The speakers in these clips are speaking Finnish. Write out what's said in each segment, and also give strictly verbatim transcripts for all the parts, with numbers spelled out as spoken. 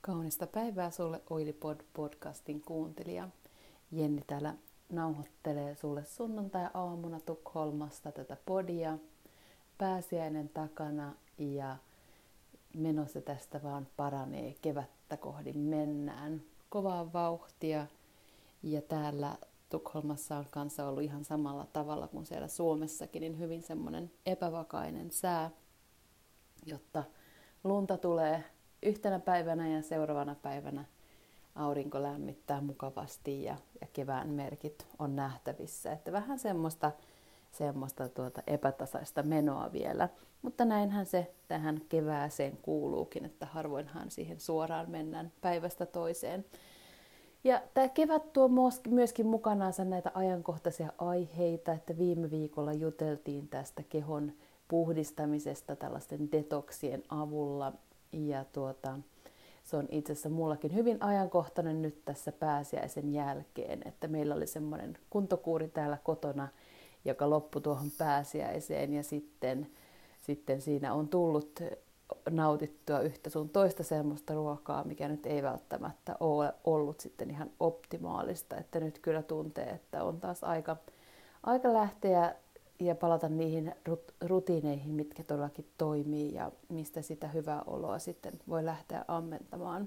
Kaunista päivää sulle Oilipod-podcastin kuuntelija. Jenni täällä nauhoittelee sulle sunnuntai-aamuna Tukholmasta tätä podia. Pääsiäinen takana ja menossa tästä vaan paranee, kevättä kohdin mennään. Kovaa vauhtia ja täällä Tukholmassa on kanssa ollut ihan samalla tavalla kuin siellä Suomessakin, niin hyvin semmoinen epävakainen sää, jotta lunta tulee yhtenä päivänä ja seuraavana päivänä aurinko lämmittää mukavasti ja, ja kevään merkit on nähtävissä. Että vähän semmoista, semmoista tuota epätasaista menoa vielä. Mutta näinhän se tähän kevääseen kuuluukin, että harvoinhan siihen suoraan mennään päivästä toiseen. Ja tämä kevät tuo myöskin mukanaansa näitä ajankohtaisia aiheita, että viime viikolla juteltiin tästä kehon puhdistamisesta tällaisten detoksien avulla. Ja tuota, se on itse asiassa mullakin hyvin ajankohtainen nyt tässä pääsiäisen jälkeen, että meillä oli semmoinen kuntokuuri täällä kotona, joka loppui tuohon pääsiäiseen ja sitten, sitten siinä on tullut nautittua yhtä sun toista semmoista ruokaa, mikä nyt ei välttämättä ole ollut sitten ihan optimaalista, että nyt kyllä tuntee, että on taas aika, aika lähteä ja palata niihin rutiineihin, mitkä todellakin toimii ja mistä sitä hyvää oloa sitten voi lähteä ammentamaan.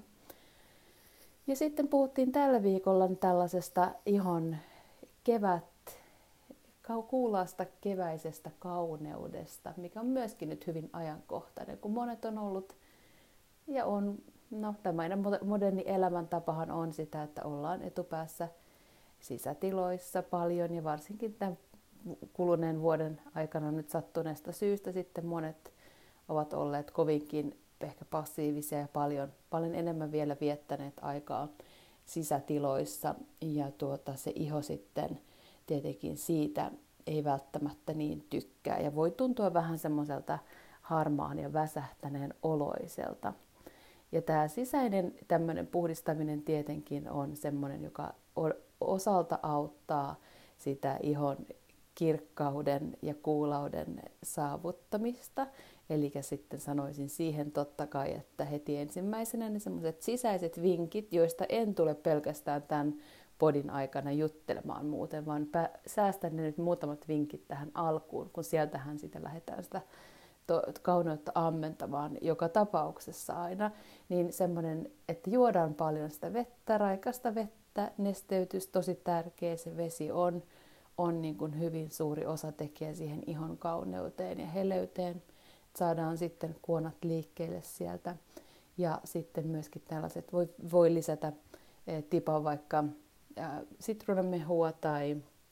Ja sitten puhuttiin tällä viikolla tällaisesta ihon kevät, kuulaasta keväisestä kauneudesta, mikä on myöskin nyt hyvin ajankohtainen, kun monet on ollut ja on, no tämmöinen moderni elämäntapahan on sitä, että ollaan etupäässä sisätiloissa paljon ja varsinkin tämän kuluneen vuoden aikana nyt sattuneesta syystä sitten monet ovat olleet kovinkin ehkä passiivisia ja paljon, paljon enemmän vielä viettäneet aikaa sisätiloissa ja tuota, se iho sitten tietenkin siitä ei välttämättä niin tykkää ja voi tuntua vähän semmoiselta harmaan ja väsähtäneen oloiselta. Ja tämä sisäinen tämmöinen puhdistaminen tietenkin on semmoinen, joka osalta auttaa sitä ihon kirkkauden ja kuulauden saavuttamista. Eli sitten sanoisin siihen totta kai, että heti ensimmäisenä ne semmoiset sisäiset vinkit, joista en tule pelkästään tämän podin aikana juttelemaan muuten, vaan pä- säästän ne nyt muutamat vinkit tähän alkuun, kun sieltähän sitä lähdetään sitä to- kauneutta ammentamaan joka tapauksessa aina. Niin semmoinen, että juodaan paljon sitä vettä, raikasta vettä, nesteytys tosi tärkeä, se vesi on. on niin kuin hyvin suuri osatekijä siihen ihon kauneuteen ja heleyteen. Saadaan sitten kuonat liikkeelle sieltä. Ja sitten myöskin tällaiset voi, voi lisätä eh, tipan vaikka eh, sitruunamehua tai,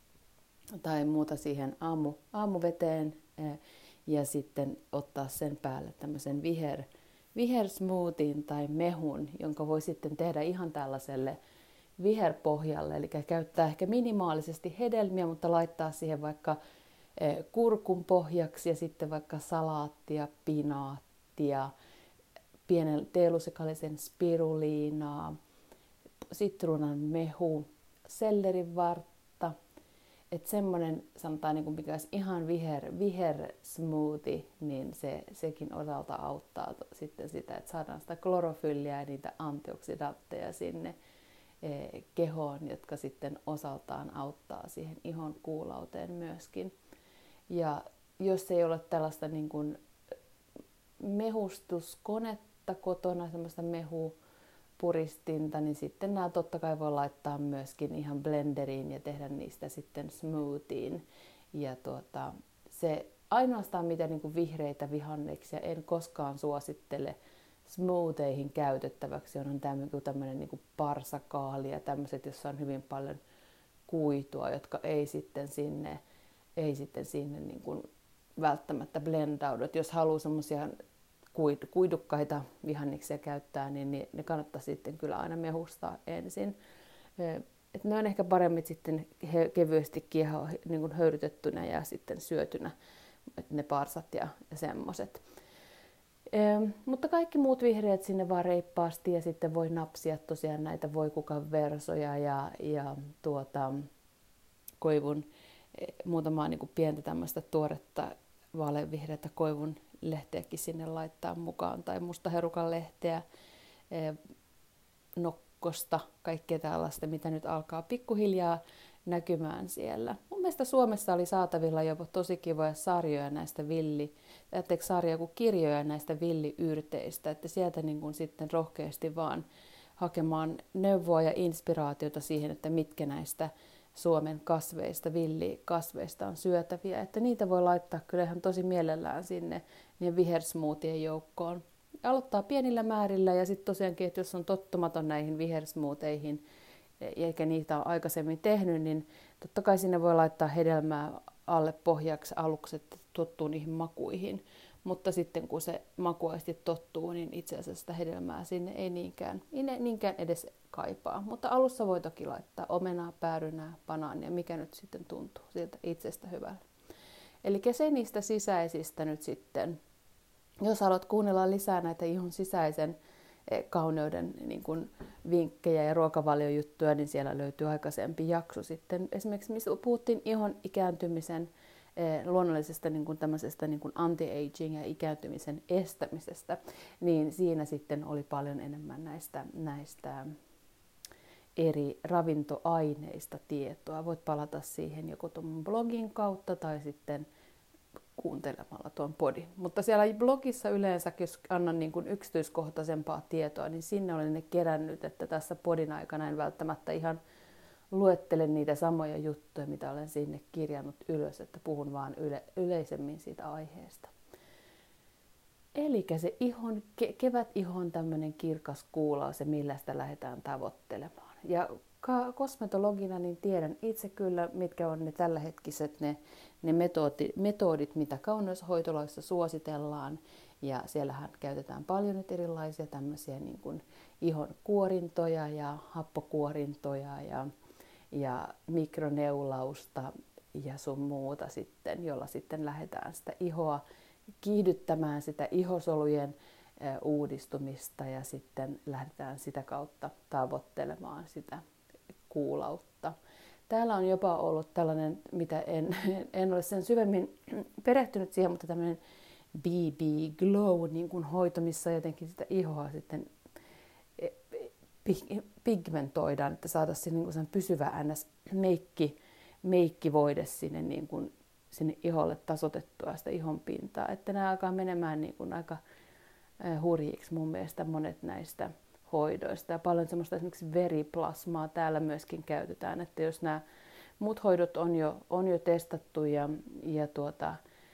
tai muuta siihen aamu, aamuveteen eh, ja sitten ottaa sen päälle tämmöisen viher, vihersmoothien tai mehun, jonka voi sitten tehdä ihan tällaiselle viherpohjalle, eli käyttää ehkä minimaalisesti hedelmiä, mutta laittaa siihen vaikka kurkun pohjaksi ja sitten vaikka salaattia, pinaattia, pienen teelusikallisen spiruliinaa, sitruunan mehu, sellerin vartta, että semmoinen sanotaan niin kuin mikä olisi ihan viher, viher smoothie, niin se, sekin osalta auttaa sitten sitä, että saadaan sitä klorofylliä ja niitä antioksidantteja sinne kehoon, jotka sitten osaltaan auttaa siihen ihon kuulauteen myöskin. Ja jos ei ole tällaista niin kuin mehustuskonetta kotona, semmoista mehupuristinta, niin sitten nämä totta kai voi laittaa myöskin ihan blenderiin ja tehdä niistä sitten smoothiin. Ja tuota, se ainoastaan mitä niin kuin vihreitä vihanneksia en koskaan suosittele smootheihin käytettäväksi on tämmöinen niin kuin parsakaali ja tämmöiset, jossa on hyvin paljon kuitua, jotka ei sitten sinne, ei sitten sinne niin kuin välttämättä blendaudu. Et jos haluaa semmoisia kuidukkaita vihanneksia käyttää, niin ne kannattaa sitten kyllä aina mehustaa ensin. Et ne on ehkä paremmin sitten kevyesti kieho, niin kuin höyrytettynä ja sitten syötynä, ne parsat ja, ja semmoiset. E, mutta kaikki muut vihreät sinne vaan reippaasti ja sitten voi napsia tosiaan näitä voikukan versoja ja, ja tuota, koivun e, muutamaa niin kuin pientä tämmöistä tuoretta vaaleanvihreätä koivun lehteäkin sinne laittaa mukaan tai mustaherukan lehteä. E, nokkosta, kaikkea tällaista, mitä nyt alkaa pikkuhiljaa näkymään siellä. Mun mielestä Suomessa oli saatavilla jopa tosi kivoja sarjoja näistä villi, etteikö sarjoja kuin kirjoja näistä villiyrteistä, että sieltä niin kuin sitten rohkeasti vaan hakemaan neuvoa ja inspiraatiota siihen, että mitkä näistä Suomen kasveista, villikasveista on syötäviä, että niitä voi laittaa kyllä ihan tosi mielellään sinne niin vihersmoothien joukkoon. Aloittaa pienillä määrillä ja sitten tosiaankin, että jos on tottumaton näihin vihersmootheihin, eikä niitä ole aikaisemmin tehnyt, niin totta kai sinne voi laittaa hedelmää alle pohjaksi aluksi, että tottuu niihin makuihin. Mutta sitten kun se makuaisti tottuu, niin itse asiassa sitä hedelmää sinne ei niinkään, ei niinkään edes kaipaa. Mutta alussa voi toki laittaa omenaa, päärynää, banaania, mikä nyt sitten tuntuu siltä itsestä hyvälle. Eli se niistä sisäisistä nyt sitten. Jos haluat kuunnella lisää näitä ihon sisäisen kauneuden niin kuin vinkkejä ja ruokavaliojuttuja, niin siellä löytyy aikaisempi jakso sitten. Esimerkiksi missä puhuttiin ihon ikääntymisen luonnollisesta niin kuin tämmöisestä niin kuin anti-aging ja ikääntymisen estämisestä, niin siinä sitten oli paljon enemmän näistä, näistä eri ravintoaineista tietoa. Voit palata siihen joko tuon blogin kautta tai sitten kuuntelemalla tuon podin. Mutta siellä blogissa yleensä, jos annan niin kuin yksityiskohtaisempaa tietoa, niin sinne olen ne kerännyt, että tässä podin aikana en välttämättä ihan luettele niitä samoja juttuja, mitä olen sinne kirjannut ylös, että puhun vaan yle, yleisemmin siitä aiheesta. Eli se ihon, ke, kevät ihon tämmöinen kirkas kuulaus ja millä sitä lähdetään tavoittelemaan. Ja kosmetologina niin tiedän itse kyllä, mitkä on ne tällähetkiset ne, ne metodit, metodit, mitä kauneushoitoloissa suositellaan. Ja siellähän käytetään paljon nyt erilaisia tämmöisiä niin kuin ihon kuorintoja ja happokuorintoja ja, ja mikroneulausta ja sun muuta sitten, jolla sitten lähdetään sitä ihoa kiihdyttämään sitä ihosolujen uudistumista ja sitten lähdetään sitä kautta tavoittelemaan sitä kuulautta. Täällä on jopa ollut tällainen, mitä en, en ole sen syvemmin perehtynyt siihen, mutta tämmöinen B B Glow niin kuin hoito, missä jotenkin sitä ihoa sitten pigmentoidaan, että saataisiin niin kuin sen pysyvä ns. meikki, meikkivoide sinne, niin kuin, sinne iholle tasotettua sitä ihon pintaa. Että nämä alkaa menemään niin kuin aika hurjiksi mun mielestä monet näistä hoidoista. Ja paljon semmoista esimerkiksi veriplasmaa täällä myöskin käytetään, että jos nämä muut hoidot on jo, on jo testattu ja, ja tuota,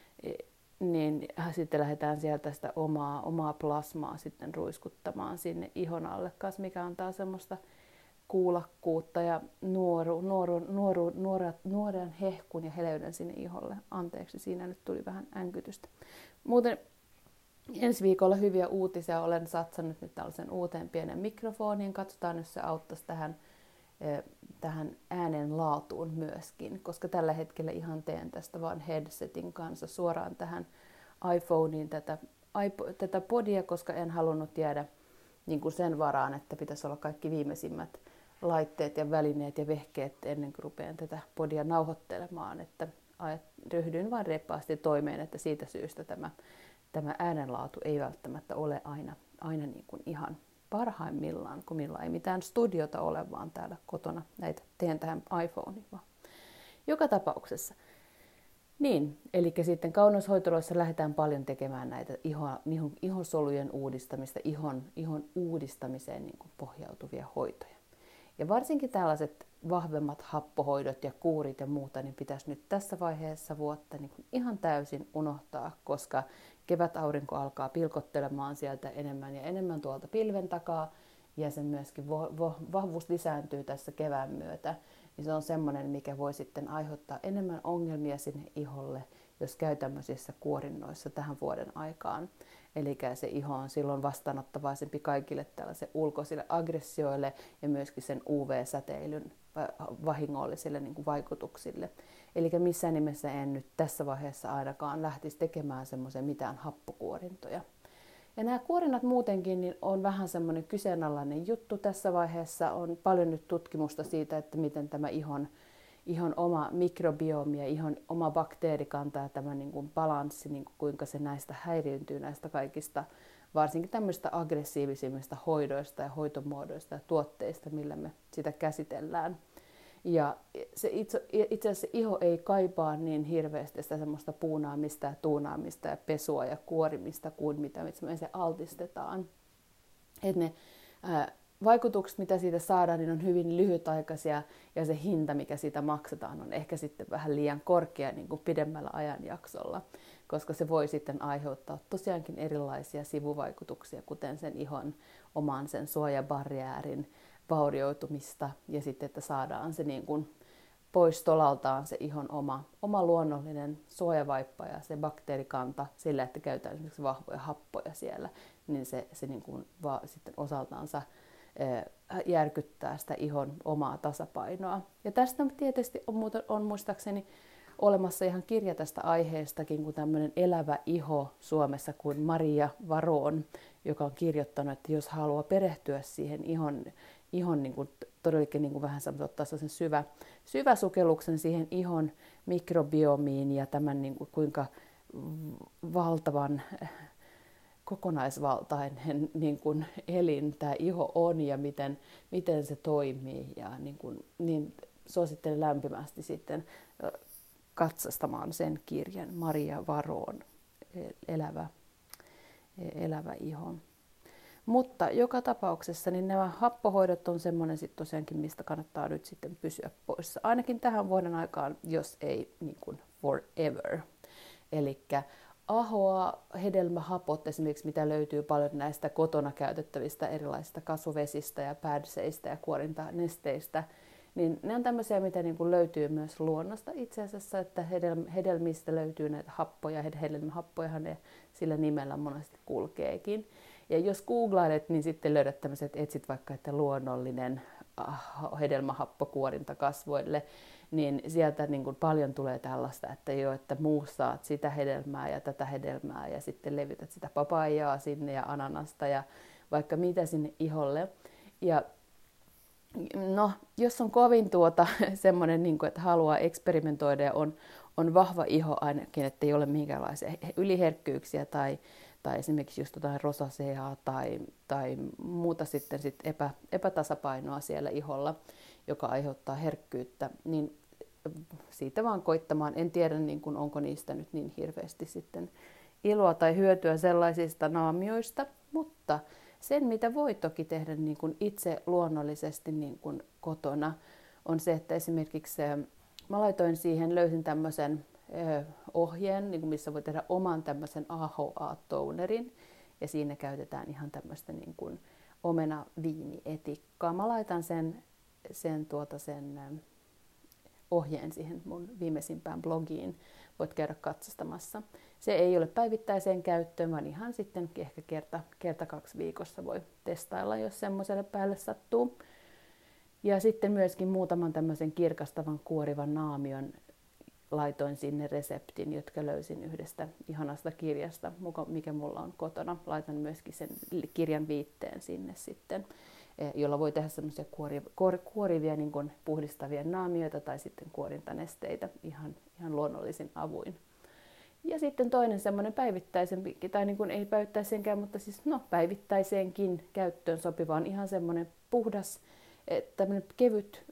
niin sitten lähdetään sieltä sitä omaa, omaa plasmaa sitten ruiskuttamaan sinne ihon alle kanssa, mikä antaa semmoista kuulakkuutta ja nuoru, nuoru, nuoru, nuora, nuoren hehkun ja heleyden sinne iholle. Anteeksi, siinä nyt tuli vähän änkytystä. Muuten ensi viikolla hyviä uutisia. Olen satsannut nyt tällaisen uuteen pienen mikrofoniin. Katsotaan, jos se auttaisi tähän, tähän äänen laatuun myöskin, koska tällä hetkellä ihan teen tästä vaan headsetin kanssa suoraan tähän iPhoneen tätä, tätä podia, koska en halunnut jäädä niin kuin sen varaan, että pitäisi olla kaikki viimeisimmät laitteet ja välineet ja vehkeet ennen kuin rupean tätä podia nauhoittelemaan, että ryhdyin vain reippaasti toimeen, että siitä syystä tämä, tämä äänenlaatu ei välttämättä ole aina, aina niin kuin ihan parhaimmillaan, kun millä ei mitään studiota ole, vaan täällä kotona näitä teen tähän iPhoneen vaan. Joka tapauksessa. Niin, eli sitten kauneushoitoloissa lähdetään paljon tekemään näitä ihon, ihon, ihonsolujen uudistamista, ihon, ihon uudistamiseen niin kuin pohjautuvia hoitoja. Ja varsinkin tällaiset vahvemmat happohoidot ja kuurit ja muuta, niin pitäisi nyt tässä vaiheessa vuotta niin kuin ihan täysin unohtaa, koska kevätaurinko alkaa pilkottelemaan sieltä enemmän ja enemmän tuolta pilven takaa, ja sen myöskin vo, vo, vahvuus lisääntyy tässä kevään myötä. Niin se on semmoinen, mikä voi sitten aiheuttaa enemmän ongelmia sinne iholle, jos käy tämmöisissä kuorinnoissa tähän vuoden aikaan. Eli se iho on silloin vastaanottavaisempi kaikille tällaisille ulkoisille aggressioille ja myöskin sen U V-säteilyn vahingollisille niin kuin vaikutuksille. Eli missään nimessä en nyt tässä vaiheessa ainakaan lähtisi tekemään semmoisia mitään happokuorintoja. Ja nämä kuorinnat muutenkin niin on vähän semmoinen kyseenalainen juttu. Tässä vaiheessa on paljon nyt tutkimusta siitä, että miten tämä ihon, ihon oma mikrobiomi ja ihon oma bakteerikanta ja tämä niin kuin balanssi, niin kuin kuinka se näistä häiriintyy näistä kaikista varsinkin tämmöistä aggressiivisimmista hoidoista ja hoitomuodoista ja tuotteista, millä me sitä käsitellään. Ja se itse, itse asiassa iho ei kaipaa niin hirveästi sitä semmoista puunaamista ja tuunaamista ja pesua ja kuorimista kuin mitä me se altistetaan. Et ne ää, vaikutukset, mitä siitä saadaan, niin on hyvin lyhytaikaisia ja se hinta, mikä siitä maksetaan, on ehkä sitten vähän liian korkea niin kuin pidemmällä ajanjaksolla, koska se voi sitten aiheuttaa tosiaankin erilaisia sivuvaikutuksia, kuten sen ihon oman sen suojabarjäärin vaurioitumista ja sitten, että saadaan se niin kuin pois tolaltaan se ihon oma, oma luonnollinen suojavaippa ja se bakteerikanta sillä, että käytetään esimerkiksi vahvoja happoja siellä, niin se, se niin kuin va, sitten osaltaansa järkyttää sitä ihon omaa tasapainoa. Ja tästä tietysti on, on muistaakseni olemassa ihan kirja tästä aiheestakin, kuin tämmöinen Elävä iho Suomessa kuin Maria Varon, joka on kirjoittanut, että jos haluaa perehtyä siihen ihon, ihon niin kuin, todellakin niin kuin vähän ottaa sen syvä, syvä sukelluksen siihen ihon mikrobiomiin ja tämän niin kuin, kuinka valtavan kokonaisvaltainen niin kuin elin tämä iho on ja miten, miten se toimii. Ja niin kuin, niin suosittelen lämpimästi sitten katsastamaan sen kirjan Maria Varon, Elävä, elävä iho. Mutta joka tapauksessa niin nämä happohoidot on semmoinen sitten tosiaankin, mistä kannattaa nyt sitten pysyä poissa. Ainakin tähän vuoden aikaan, jos ei niin kuin forever. Elikkä ahoa, hedelmähapot esimerkiksi, mitä löytyy paljon näistä kotona käytettävistä erilaisista kasvuvesistä ja pädseistä ja kuorintanesteistä, niin ne on tämmöisiä, mitä niin kuin löytyy myös luonnosta itse asiassa, että hedelmistä löytyy näitä happoja, hedelmähappojahan ne sillä nimellä monesti kulkeekin. Ja jos googlailet, niin sitten löydät tämmöiset, etsit vaikka, että luonnollinen hedelmähappo kuorinta kasvoille, niin sieltä niin kuin paljon tulee tällaista, että jo, että muussaat sitä hedelmää ja tätä hedelmää ja sitten levytät sitä papaijaa sinne ja ananasta ja vaikka mitä sinne iholle. Ja no, jos on kovin tuota semmoinen, niin kuin, että haluaa eksperimentoida ja on, on vahva iho ainakin, että ei ole minkäänlaisia yliherkkyyksiä tai, tai esimerkiksi just jotain rosaseaa tai, tai muuta sitten sit epä, epätasapainoa siellä iholla, joka aiheuttaa herkkyyttä, niin siitä vaan koittamaan. En tiedä, niin kuin, onko niistä nyt niin hirveästi sitten iloa tai hyötyä sellaisista naamioista, mutta sen, mitä voi toki tehdä niin kuin itse luonnollisesti niin kuin kotona, on se, että esimerkiksi mä laitoin siihen, löysin tämmöisen ohjeen, niin kuin missä voi tehdä oman tämmöisen A H A-tonerin, ja siinä käytetään ihan tämmöistä niin kuin omena-viinietikkaa. Mä laitan sen, sen, tuota sen ohjeen siihen mun viimeisimpään blogiin. Voit käydä katsastamassa. Se ei ole päivittäiseen käyttöön, vaan ihan sitten ehkä kerta, kerta kaksi viikossa voi testailla, jos semmoiselle päälle sattuu. Ja sitten myöskin muutaman tämmöisen kirkastavan kuorivan naamion laitoin sinne reseptin, jotka löysin yhdestä ihanasta kirjasta, mikä mulla on kotona. Laitan myöskin sen kirjan viitteen sinne sitten, jolla voi tehdä semmoisia kuori, kuor, kuorivia niin kuin puhdistavia naamioita tai sitten kuorintanesteitä ihan, ihan luonnollisin avuin. Ja sitten toinen semmoinen päivittäisempi, tai niin kuin ei päivittäiseenkään, mutta siis no päivittäiseenkin käyttöön sopiva on ihan semmoinen puhdas, tämmöinen kevyt,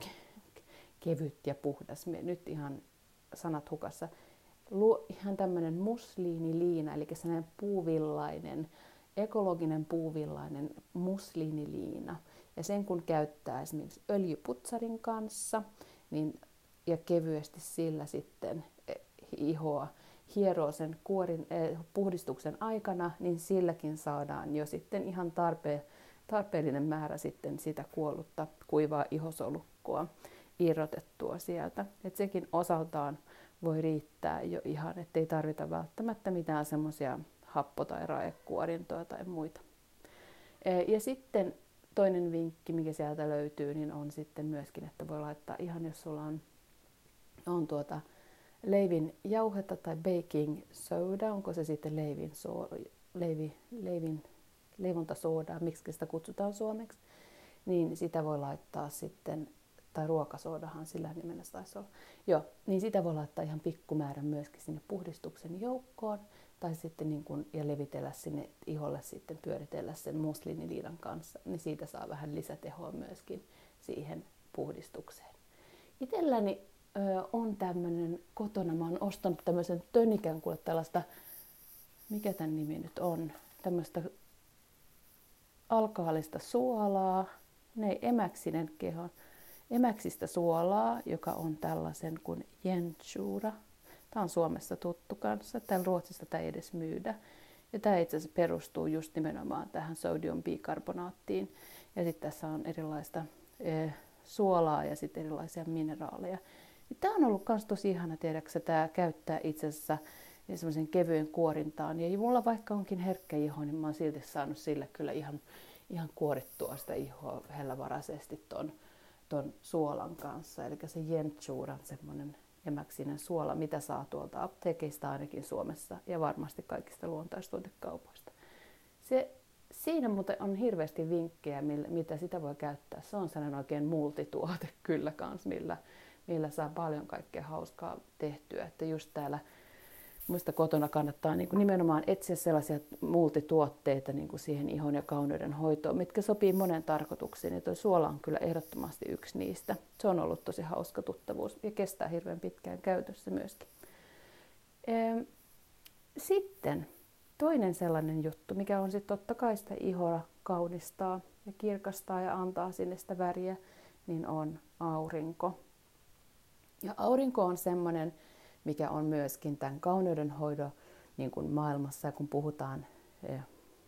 kevyt ja puhdas, nyt ihan sanat hukassa, ihan tämmöinen musliiniliina, eli sellainen puuvillainen, ekologinen puuvillainen musliiniliina. Ja sen kun käyttää esimerkiksi öljyputsarin kanssa, niin, ja kevyesti sillä sitten ihoa hieroo sen kuorin, eh, puhdistuksen aikana, niin silläkin saadaan jo sitten ihan tarpeen, tarpeellinen määrä sitten sitä kuollutta kuivaa ihosolukkoa irrotettua sieltä. Et sekin osaltaan voi riittää jo ihan, ettei tarvita välttämättä mitään semmoisia happo- tai raekuorintoja tai muita. Ja sitten toinen vinkki, mikä sieltä löytyy, niin on sitten myöskin, että voi laittaa ihan, jos sulla on, on tuota leivin jauhetta tai baking soda, onko se sitten leivin, so, leivi, leivin leivontasoodaa, miksi sitä kutsutaan suomeksi, niin sitä voi laittaa sitten, tai ruokasoodahan sillä nimellä taisi olla. Joo, niin sitä voi laittaa ihan pikkumäärän myöskin sinne puhdistuksen joukkoon. tai sitten niin kuin, ja levitellä sinne iholle sitten pyöritellä sen musliiniliidan kanssa, niin siitä saa vähän lisätehoa myöskin siihen puhdistukseen. Itselläni ö, on tämmöinen kotona, mä oon ostanut tämmöisen tönikän, kuule tällaista, mikä tämän nimi nyt on, tämmöistä alkaalista suolaa, ne emäksinen kehon, emäksistä suolaa, joka on tällaisen kuin Jentsura. Tämä on Suomessa tuttu kanssa, täällä Ruotsissa tämä ei edes myydä. Ja tämä itse asiassa perustuu just nimenomaan tähän sodium bikarbonaattiin. Ja sitten tässä on erilaista e, suolaa ja sitten erilaisia mineraaleja. Ja tämä on ollut myös tosi ihana, tiedäksä, tämä käyttää itse asiassa semmoisen kevyen kuorintaan. Ja mulla vaikka onkin herkkä iho, niin mä oon silti saanut sillä kyllä ihan, ihan kuorittua sitä ihoa hellävaraisesti ton, ton suolan kanssa. Eli se Jentsuran semmoinen emäksinen suola, mitä saa tuolta apteekeista ainakin Suomessa ja varmasti kaikista luontaistuotekaupoista. Se, siinä muuten on hirveästi vinkkejä, millä, mitä sitä voi käyttää. Se on sellainen oikein multituote kyllä kans, millä, millä saa paljon kaikkea hauskaa tehtyä. Että just täällä muista kotona kannattaa niin kuin nimenomaan etsiä sellaisia multituotteita niin kuin siihen ihon ja kauneuden hoitoon, mitkä sopii monen tarkoituksiin. Ja tuo suola on kyllä ehdottomasti yksi niistä. Se on ollut tosi hauska tuttavuus ja kestää hirveän pitkään käytössä myöskin. Sitten toinen sellainen juttu, mikä on sitten totta kai sitä ihoa kaunistaa ja kirkastaa ja antaa sinne sitä väriä, niin on aurinko. Ja aurinko on semmoinen, mikä on myöskin tämän kauneudenhoidon niin kuin maailmassa, ja kun puhutaan eh,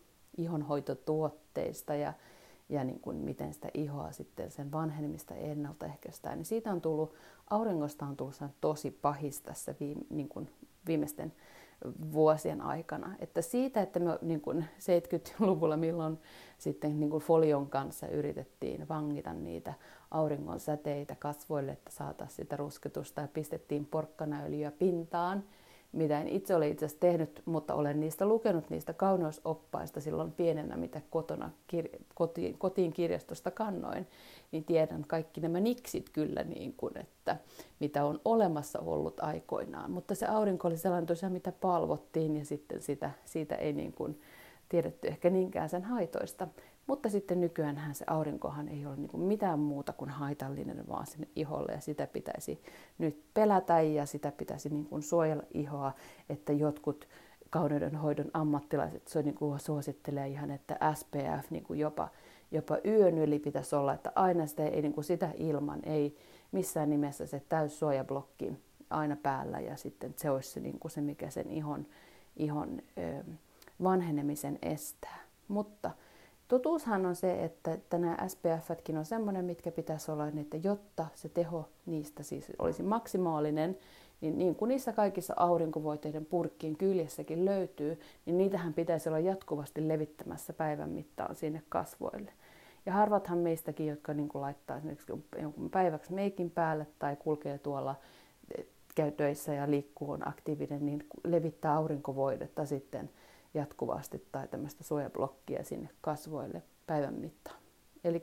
ihonhoitotuotteista ja, ja niin kuin miten sitä ihoa sitten sen vanhenemista ennaltaehkäistään, niin siitä on tullut, auringosta on tullut tosi pahis tässä viime, niin kuin viimeisten vuosien aikana. Että siitä, että me niin kuin seitsemänkymmentäluvulla milloin sitten niin kuin folion kanssa yritettiin vangita niitä auringon säteitä kasvoille, että saataisiin sitä rusketusta ja pistettiin porkkanaöljyä pintaan, mitä en itse ole itse asiassa tehnyt, mutta olen niistä lukenut niistä kauneusoppaista silloin pienenä, mitä kotona kir- kotiin, kotiin kirjastosta kannoin, niin tiedän kaikki nämä niksit kyllä, niin kuin, että mitä on olemassa ollut aikoinaan. Mutta se aurinko oli sellainen tosiaan, mitä palvottiin ja sitten sitä, siitä ei niin kuin tiedetty ehkä niinkään sen haitoista. Mutta sitten nykyäänhän se aurinkohan ei ole niin kuin mitään muuta kuin haitallinen vaan sinne iholle ja sitä pitäisi nyt pelätä ja sitä pitäisi niin kuin suojella ihoa, että jotkut kauneudenhoidon ammattilaiset se niin kuin suosittelee ihan, että S P F niin kuin jopa, jopa yön yli pitäisi olla, että aina sitä, ei, niin kuin sitä ilman, ei missään nimessä se täyssuojablokki aina päällä ja sitten se olisi se, niin kuin se mikä sen ihon, ihon ö, vanhenemisen estää. Mutta totuushan on se, että, että nämä S P F-tkin on semmoinen, mitkä pitäisi olla, että jotta se teho niistä siis olisi maksimaalinen, niin, niin kuin niissä kaikissa aurinkovoiteiden purkkien kyljessäkin löytyy, niin niitähän pitäisi olla jatkuvasti levittämässä päivän mittaan sinne kasvoille. Ja harvathan meistäkin, jotka niin kuin laittaa esimerkiksi jonkun päiväksi meikin päälle tai kulkee tuolla, käy töissä ja liikkuu, on aktiivinen, niin levittää aurinkovoidetta sitten jatkuvasti tai tämmöistä suojablokkia sinne kasvoille päivän mittaan. Eli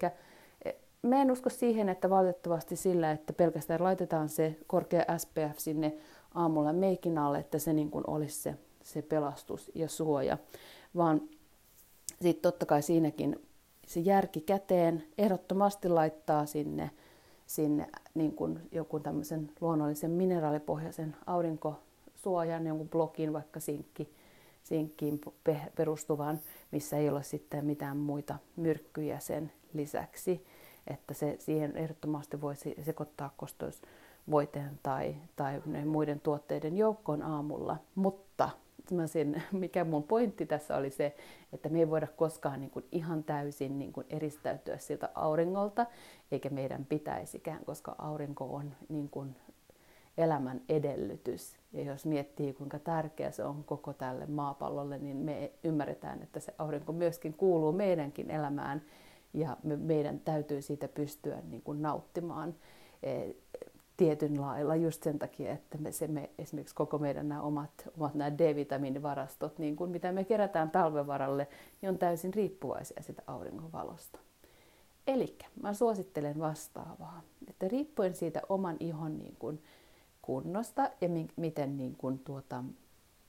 mä en usko siihen, että valitettavasti sillä, että pelkästään laitetaan se korkea S P F sinne aamulla meikin alle, että se niin kuin olisi se, se pelastus ja suoja, vaan sitten totta kai siinäkin se järki käteen ehdottomasti laittaa sinne, sinne niin kuin joku tämmöisen luonnollisen mineraalipohjaisen aurinkosuojan, jonkun blokin, vaikka sinkki, sinkkiin perustuvan, missä ei ole sitten mitään muita myrkkyjä sen lisäksi, että se siihen ehdottomasti voisi sekoittaa kosteusvoiteen tai, tai muiden tuotteiden joukkoon aamulla, mutta sen, mikä mun pointti tässä oli se, että me ei voida koskaan niin kuin ihan täysin niin kuin eristäytyä siltä auringolta, eikä meidän pitäisikään, koska aurinko on niin kuin elämän edellytys. Ja jos miettii, kuinka tärkeä se on koko tälle maapallolle, niin me ymmärretään, että se aurinko myöskin kuuluu meidänkin elämään, ja me, meidän täytyy siitä pystyä niin kuin nauttimaan e, tietyn lailla just sen takia, että me, se me, esimerkiksi koko meidän nämä omat, omat nämä D-vitamiinivarastot, niin kuin mitä me kerätään talven varalle, niin on täysin riippuvaisia sitä auringonvalosta. Eli mä suosittelen vastaavaa, että riippuen siitä oman ihon niin kuin kunnosta ja mi- miten niin kuin tuota,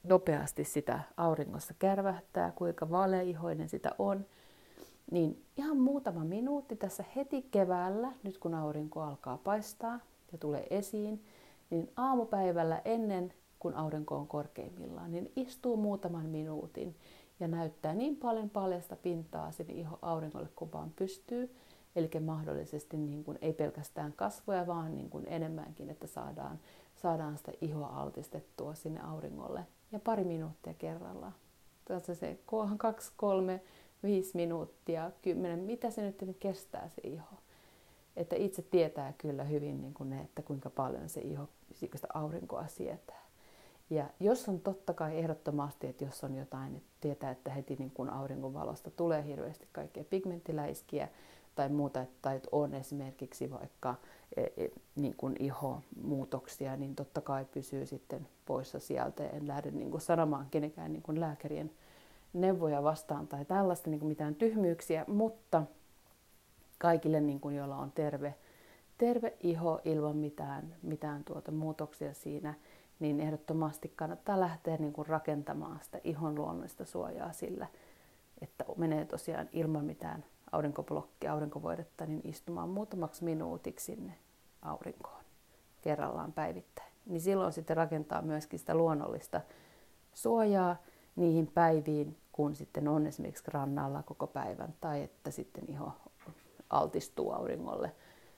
nopeasti sitä auringossa kärvähtää, kuinka vaaleaihoinen sitä on, niin ihan muutama minuutti tässä heti keväällä, nyt kun aurinko alkaa paistaa ja tulee esiin, niin aamupäivällä ennen kuin aurinko on korkeimmillaan, niin istuu muutaman minuutin ja näyttää niin paljon paljasta pintaa sinne iho auringolle kuin vaan pystyy. Eli mahdollisesti niin kuin, ei pelkästään kasvoja, vaan niin kuin enemmänkin, että saadaan, saadaan sitä ihoa altistettua sinne auringolle. Ja pari minuuttia kerrallaan. Tässä se kaksi, kolme, viisi minuuttia, kymmenen, mitä se nyt kestää se iho. Että itse tietää kyllä hyvin niin kuin ne, että kuinka paljon se iho sitä aurinkoa sietää. Ja jos on totta kai ehdottomasti, että jos on jotain, että tietää, että heti niin kuin auringonvalosta tulee hirveästi kaikkea pigmenttiläiskiä tai muuta, tai että on esimerkiksi vaikka e, e, niin kuin ihomuutoksia, niin totta kai pysyy sitten poissa sieltä. En lähde niin kuin sanomaan kenenkään niin kuin lääkärien neuvoja vastaan tai tällaista niin kuin mitään tyhmyyksiä, mutta kaikille, niin kuin, joilla on terve, terve iho ilman mitään, mitään tuota muutoksia siinä, niin ehdottomasti kannattaa lähteä niin kuin rakentamaan sitä ihon luonnollista suojaa sillä, että menee tosiaan ilman mitään aurinkoblokkia, aurinkovoidetta, niin istumaan muutamaksi minuutiksi sinne aurinkoon kerrallaan päivittäin. Niin silloin sitten rakentaa myöskin sitä luonnollista suojaa niihin päiviin, kun sitten on esimerkiksi rannalla koko päivän tai että sitten iho altistuu auringolle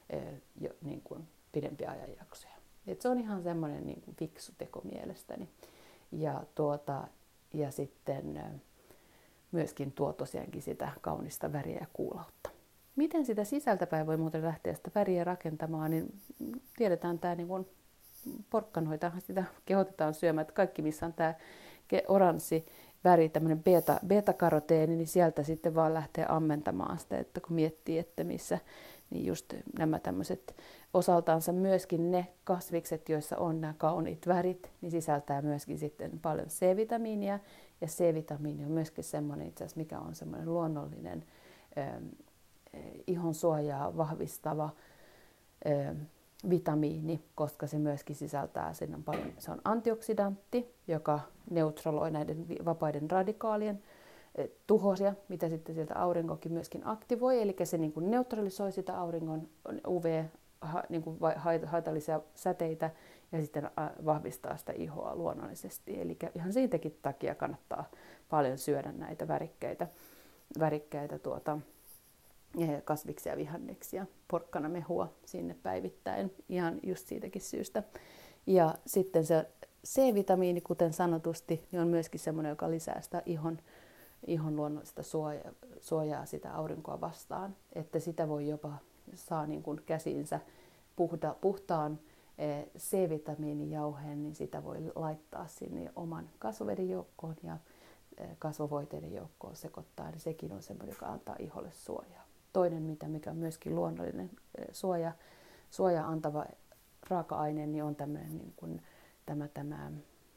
jo niin kuin pidempiä ajanjaksoja. Et se on ihan semmoinen niin kuin fiksu teko mielestäni. Ja, tuota, ja sitten myöskin tuo tosiaankin sitä kaunista väriä ja kuulautta. Miten sitä sisältäpäin voi muuten lähteä sitä väriä rakentamaan, niin tiedetään tämä niin kuin porkkanoitahan sitä kehotetaan syömään, että kaikki missä on tämä oranssi väri, tämmöinen beta, beta-karoteeni, niin sieltä sitten vaan lähtee ammentamaan sitä, että kun miettii, että missä, niin just nämä tämmöiset osaltaansa myöskin ne kasvikset, joissa on nämä kauniit värit, niin sisältää myöskin sitten paljon C-vitamiinia, ja C-vitamiini on myöskin semmoinen itse asiassa, mikä on semmoinen luonnollinen eh, ihon suojaa vahvistava eh, vitamiini, koska se myöskin sisältää, siinä on paljon, se on antioksidantti, joka neutraloi näiden vapaiden radikaalien eh, tuhoisia, mitä sitten sieltä aurinkokin myöskin aktivoi, eli se niin kuin neutralisoi sitä auringon U V ha, niin kuin haitallisia säteitä ja sitten vahvistaa sitä ihoa luonnollisesti. Eli ihan siitäkin takia kannattaa paljon syödä näitä värikkäitä, värikkäitä tuota, kasviksia, vihanneksia, porkkanamehua sinne päivittäin, ihan just siitäkin syystä. Ja sitten se C-vitamiini, kuten sanotusti, niin on myöskin semmoinen, joka lisää sitä ihon, ihon luonnollista suojaa, suojaa sitä aurinkoa vastaan, että sitä voi jopa saa niin kuin käsiinsä puhta, puhtaan C-vitamiinijauheen, niin sitä voi laittaa sinne oman kasvoveden joukkoon ja kasvovoiteiden joukkoon sekoittaa, niin sekin on semmoinen, joka antaa iholle suojaa. Toinen, mitä, mikä on myöskin luonnollinen suoja, suoja antava raaka-aine, niin on tämmöinen, niin kuin, tämä, tämä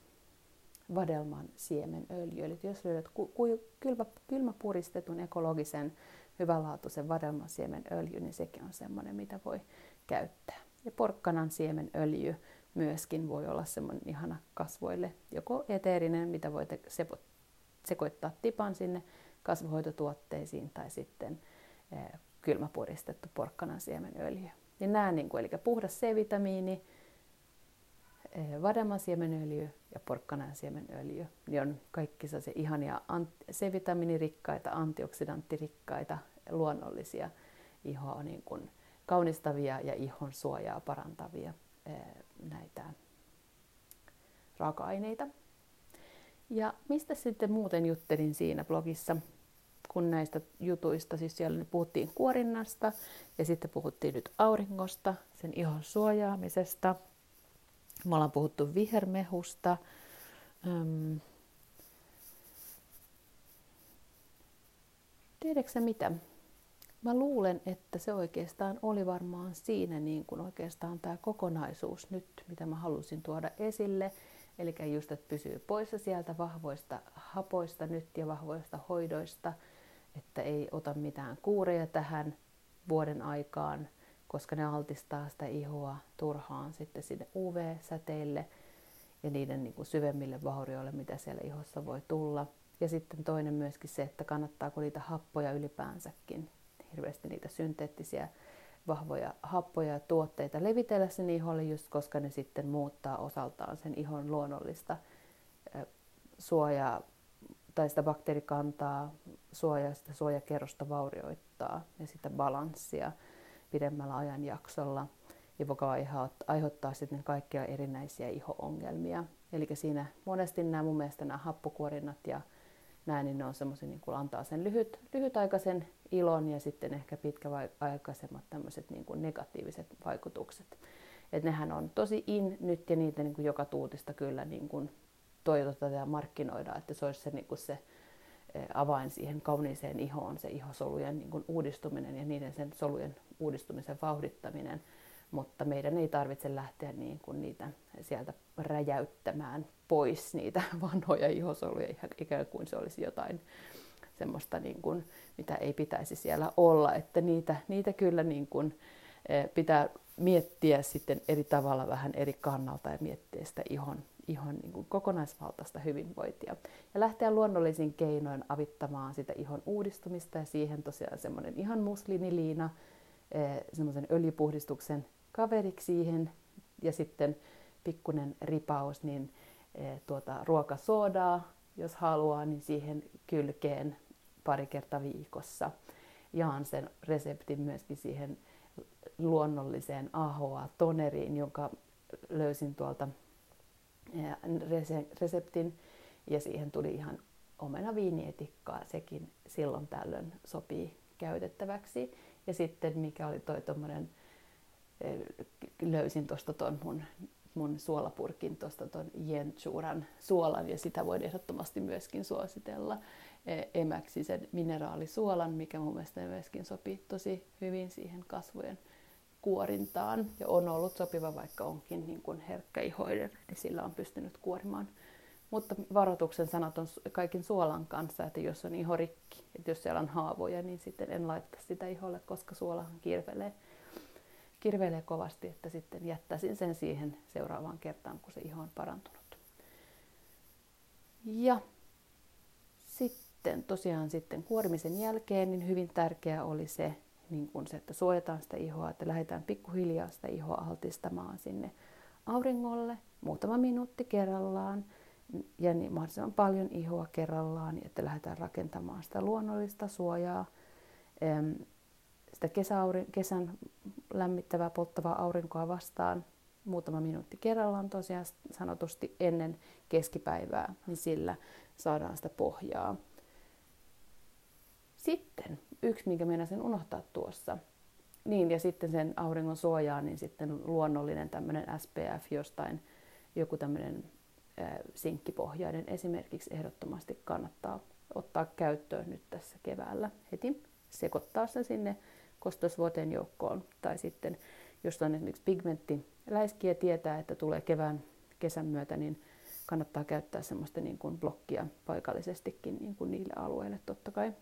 vadelman siemenöljy. Eli jos löydät ku, ku, kylmä, kylmäpuristetun ekologisen hyvänlaatuisen vadelman siemenöljy, niin sekin on semmoinen, mitä voi käyttää. Ja porkkanan siemenöljy myöskin voi olla semmoinen ihana kasvoille, joko eteerinen, mitä voi sekoittaa tipan sinne kasvohoitotuotteisiin, tai sitten eh, kylmäpuristettu porkkanan siemenöljy. Ja nämä, niin kuin, eli puhdas C-vitamiini, eh, vadelman siemenöljy ja porkkanan siemenöljy, niin on kaikki se ihania C-vitamiinirikkaita, antioksidantirikkaita, luonnollisia ihoa niin kuin kaunistavia ja ihon suojaa parantavia eh, näitä raaka-aineita. Ja mistä sitten muuten juttelin siinä blogissa, kun näistä jutuista, siis siellä nyt puhuttiin kuorinnasta ja sitten puhuttiin nyt auringosta, sen ihon suojaamisesta. Me ollaan puhuttu vihermehusta. Öm, tiedätkö sä mitä? Mä luulen, että se oikeastaan oli varmaan siinä niin kuin oikeastaan tämä kokonaisuus nyt, mitä mä halusin tuoda esille. Eli just, että pysyy poissa sieltä vahvoista hapoista nyt ja vahvoista hoidoista, että ei ota mitään kuureja tähän vuoden aikaan, koska ne altistaa sitä ihoa turhaan sitten sinne U V-säteille. ja niiden niin kuin syvemmille vaurioille, mitä siellä ihossa voi tulla. Ja sitten toinen myöskin se, että kannattaako niitä happoja ylipäänsäkin, hirveästi niitä synteettisiä vahvoja happoja ja tuotteita levitellä sen iholle, just koska ne sitten muuttaa osaltaan sen ihon luonnollista suojaa tai sitä bakteerikantaa, suojaa, sitä suojakerrosta vaurioittaa ja sitä balanssia pidemmällä ajanjaksolla, ja joka aiheuttaa sitten kaikkia erinäisiä iho-ongelmia. Eli siinä monesti nämä mun mielestä nämä happokuorinnat ja nämä, niin ne on semmoisia, niin kuin antaa sen lyhyt, lyhytaikaisen ilon ja sitten ehkä pitkäaikaisemmat tämmöiset niin kuin negatiiviset vaikutukset. Et nehän on tosi in nyt ja niitä niin kuin joka tuutista kyllä niin kuin toivotetaan ja markkinoidaan, että se olisi se, niin kuin se avain siihen kauniiseen ihoon, se ihosolujen niin kuin uudistuminen ja niiden sen solujen uudistumisen vauhdittaminen. Mutta meidän ei tarvitse lähteä niin kuin niitä sieltä räjäyttämään pois niitä vanhoja ihosoluja, ikään kuin se olisi jotain semmoista, niin kuin, mitä ei pitäisi siellä olla. Että niitä, niitä kyllä niin kuin, pitää miettiä sitten eri tavalla vähän eri kannalta ja miettiä sitä ihon, ihon niin kuin kokonaisvaltaista hyvinvointia. Ja lähteä luonnollisin keinoin avittamaan sitä ihon uudistumista ja siihen tosiaan semmoinen ihan musliniliina, semmoisen öljypuhdistuksen kaveriksi siihen ja sitten pikkunen ripaus niin e, tuota, ruokasoodaa, jos haluaa, niin siihen kylkeen pari kertaa viikossa. Jaan sen reseptin myöskin siihen luonnolliseen A H A-toneriin, jonka löysin tuolta e, reseptin, ja siihen tuli ihan omenaviinietikkaa, sekin silloin tällöin sopii käytettäväksi. Ja sitten mikä oli toi tommonen, löysin tuosta ton mun, mun suolapurkin, tuosta ton Jenchuran suolan, ja sitä voin ehdottomasti myöskin suositella. Emäksisen mineraalisuolan, mikä mun mielestä myöskin sopii tosi hyvin siihen kasvojen kuorintaan. Ja on ollut sopiva, vaikka onkin niin kuin herkkäihoinen, niin sillä on pystynyt kuorimaan. Mutta varoituksen sanat on kaikin suolan kanssa, että jos on iho rikki, että jos siellä on haavoja, niin sitten en laita sitä iholle, koska suolahan kirvelee, kirvelee kovasti, että sitten jättäisin sen siihen seuraavaan kertaan, kun se iho on parantunut. Ja sitten tosiaan sitten kuorimisen jälkeen niin hyvin tärkeää oli se, niin kuin se, että suojataan sitä ihoa, että lähdetään pikkuhiljaa sitä ihoa altistamaan sinne auringolle, muutama minuutti kerrallaan, ja niin mahdollisimman paljon ihoa kerrallaan, että lähdetään rakentamaan sitä luonnollista suojaa, sitä kesän lämmittävää polttavaa aurinkoa vastaan muutama minuutti kerrallaan tosiaan sanotusti ennen keskipäivää, niin sillä saadaan sitä pohjaa. Sitten yksi, minkä meinasin unohtaa tuossa, niin ja sitten sen auringon suojaa, niin sitten luonnollinen tämmöinen S P F jostain, joku tämmöinen sinkkipohjainen esimerkiksi ehdottomasti kannattaa ottaa käyttöön nyt tässä keväällä heti. Sekoittaa sen sinne kosteusvuoteen joukkoon. Tai sitten, jos on esimerkiksi pigmenttiläiskiä tietää, että tulee kevään, kesän myötä, niin kannattaa käyttää semmoista niin kuin blokkia paikallisestikin niin kuin niille alueille totta kai.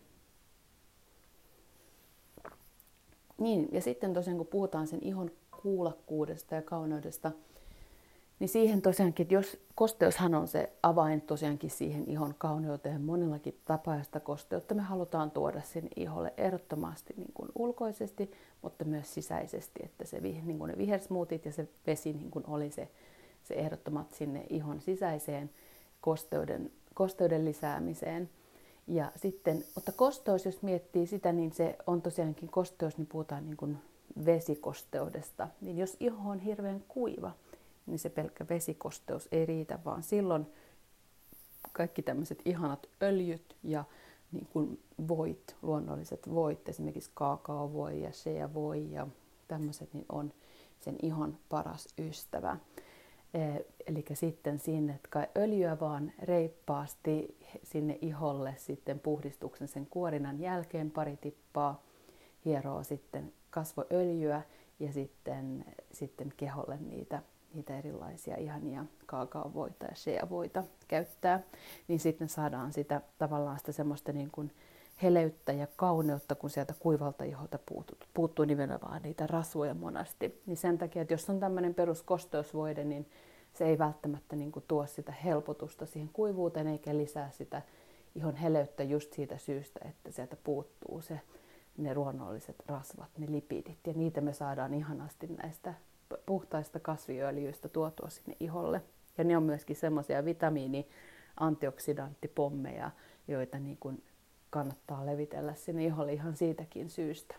Niin, ja sitten tosiaan kun puhutaan sen ihon kuulakkuudesta ja kauneudesta, niin siihen tosiaankin, että jos kosteushan on se avain tosiaankin siihen ihon kauneuteen monellakin tapaa, ja sitä kosteutta me halutaan tuoda sinne iholle ehdottomasti niin kuin ulkoisesti, mutta myös sisäisesti, että se niin kuin ne vihersmoothit ja se vesi niin kuin oli se, se ehdottomat sinne ihon sisäiseen kosteuden, kosteuden lisäämiseen. Ja sitten, mutta kosteus, jos miettii sitä, niin se on tosiaankin kosteus, niin puhutaan niin kuin vesikosteudesta. Niin jos iho on hirveän kuiva, niin se pelkkä vesikosteus ei riitä, vaan silloin kaikki tämmöiset ihanat öljyt ja niin kuin voit, luonnolliset voit, esimerkiksi kaakaovoi ja shea-voi ja tämmöiset, niin on sen ihon paras ystävä. Eli sitten sinne, että öljyä vaan reippaasti sinne iholle sitten puhdistuksen sen kuorinan jälkeen pari tippaa, hieroo sitten kasvoöljyä ja sitten, sitten keholle niitä, niitä erilaisia ihania kaakaovoita ja shea-voita käyttää, niin sitten saadaan sitä tavallaan sitä semmoista niin kuin heleyttä ja kauneutta, kun sieltä kuivalta iholta puuttuu, puuttuu nimenomaan niitä rasvoja monasti. Niin sen takia, että jos on tämmöinen peruskosteusvoide, niin se ei välttämättä niin kuin tuo sitä helpotusta siihen kuivuuteen eikä lisää sitä ihon heleyttä just siitä syystä, että sieltä puuttuu se, ne luonnolliset rasvat, ne lipidit. Ja niitä me saadaan ihanasti näistä puhtaista kasviöljyistä tuotua sinne iholle. Ja ne on myöskin semmoisia vitamiini- antioksidanttipommeja, joita niin kuin kannattaa levitellä sinne iholle ihan siitäkin syystä.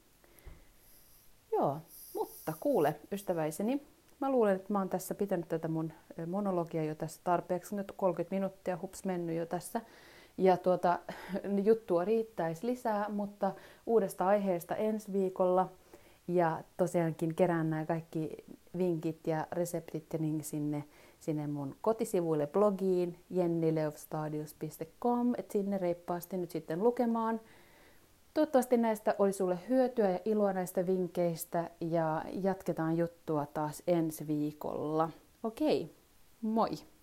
Joo, mutta kuule ystäväiseni, mä luulen, että mä oon tässä pitänyt tätä mun monologia jo tässä tarpeeksi, nyt kolmekymmentä minuuttia hups mennyt jo tässä. Ja tuota, juttua riittäisi lisää, mutta uudesta aiheesta ensi viikolla. Ja tosiaankin kerään nämä kaikki vinkit ja reseptit ja niin sinne, sinne mun kotisivuille blogiin jenni leofstadius piste com, että sinne reippaasti nyt sitten lukemaan. Toivottavasti näistä oli sulle hyötyä ja iloa näistä vinkkeistä ja jatketaan juttua taas ensi viikolla. Okei, moi!